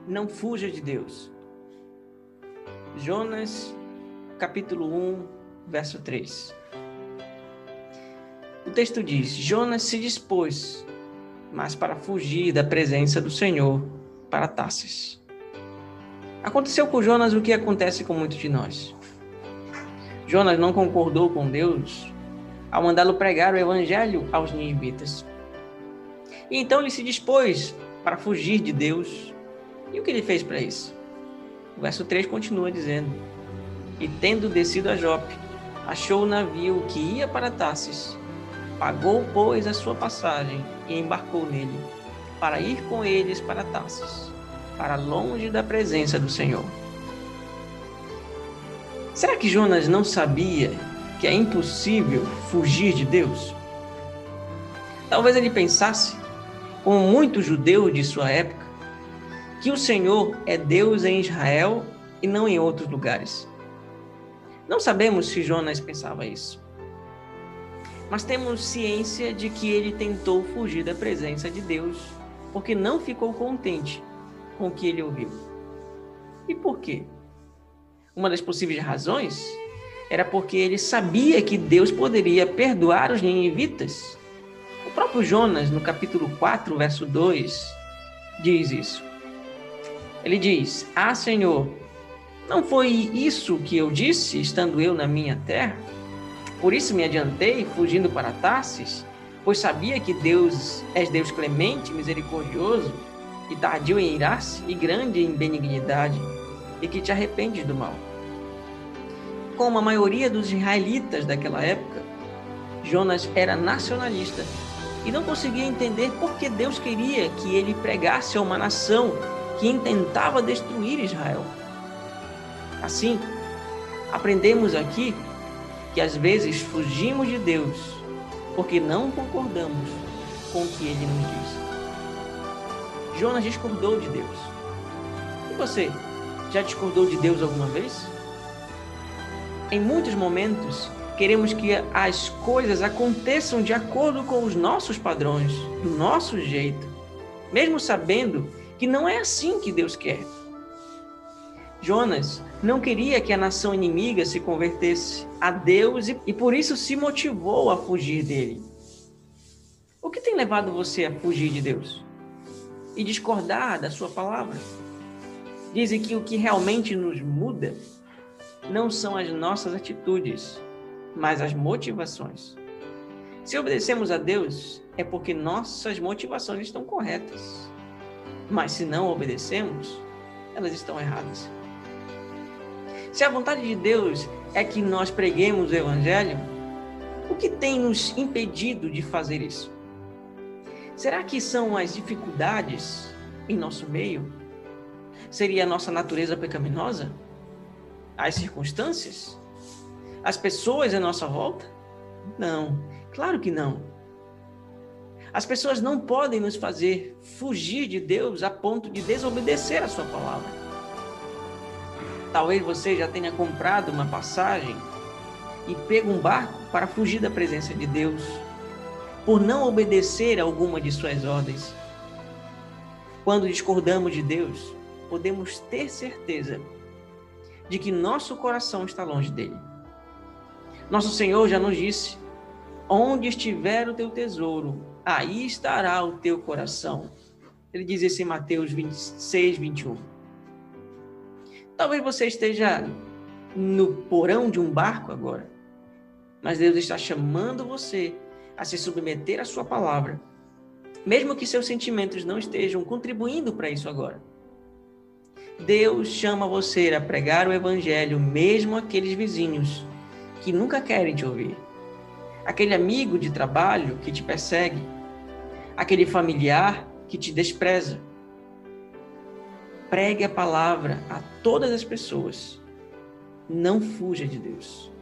Não fuja de Deus. Jonas, capítulo 1, verso 3. O texto diz: Jonas se dispôs, mas para fugir da presença do Senhor, para Tarsis. Aconteceu com Jonas o que acontece com muitos de nós. Jonas não concordou com Deus ao mandá-lo pregar o evangelho aos ninivitas. E então ele se dispôs para fugir de Deus. E o que ele fez para isso? O verso 3 continua dizendo: E tendo descido a Jope, achou o navio que ia para Tarsis, pagou, pois, a sua passagem e embarcou nele, para ir com eles para Tarsis, para longe da presença do Senhor. Será que Jonas não sabia que é impossível fugir de Deus? Talvez ele pensasse, como muitos judeus de sua época, que o Senhor é Deus em Israel e não em outros lugares. Não sabemos se Jonas pensava isso, mas temos ciência de que ele tentou fugir da presença de Deus porque não ficou contente com o que ele ouviu. E por quê? Uma das possíveis razões era porque ele sabia que Deus poderia perdoar os ninivitas. O próprio Jonas, no capítulo 4, verso 2, diz isso. Ele diz: Ah, Senhor, não foi isso que eu disse, estando eu na minha terra? Por isso me adiantei, fugindo para Tarsis, pois sabia que és Deus clemente, misericordioso, e tardio em irar-se, e grande em benignidade, e que te arrependes do mal. Como a maioria dos israelitas daquela época, Jonas era nacionalista e não conseguia entender por que Deus queria que ele pregasse a uma nação que intentava destruir Israel. Assim, aprendemos aqui que às vezes fugimos de Deus porque não concordamos com o que ele nos diz. Jonas discordou de Deus. E você, já discordou de Deus alguma vez? Em muitos momentos, queremos que as coisas aconteçam de acordo com os nossos padrões, do nosso jeito, mesmo sabendo que não é assim que Deus quer. Jonas não queria que a nação inimiga se convertesse a Deus e por isso se motivou a fugir dele. O que tem levado você a fugir de Deus e discordar da sua palavra? Dizem que o que realmente nos muda não são as nossas atitudes, mas as motivações. Se obedecemos a Deus, é porque nossas motivações estão corretas. Mas se não obedecemos, elas estão erradas. Se a vontade de Deus é que nós preguemos o Evangelho, o que tem nos impedido de fazer isso? Será que são as dificuldades em nosso meio? Seria a nossa natureza pecaminosa? As circunstâncias? As pessoas à nossa volta? Não, claro que não. As pessoas não podem nos fazer fugir de Deus a ponto de desobedecer a sua palavra. Talvez você já tenha comprado uma passagem e pego um barco para fugir da presença de Deus, por não obedecer a alguma de suas ordens. Quando discordamos de Deus, podemos ter certeza de que nosso coração está longe dele. Nosso Senhor já nos disse: onde estiver o teu tesouro, aí estará o teu coração. Ele diz isso em Mateus 26, 21. Talvez você esteja no porão de um barco agora, mas Deus está chamando você a se submeter à sua palavra, mesmo que seus sentimentos não estejam contribuindo para isso agora. Deus chama você a pregar o evangelho, mesmo aqueles vizinhos que nunca querem te ouvir. Aquele amigo de trabalho que te persegue, aquele familiar que te despreza. Pregue a palavra a todas as pessoas. Não fuja de Deus.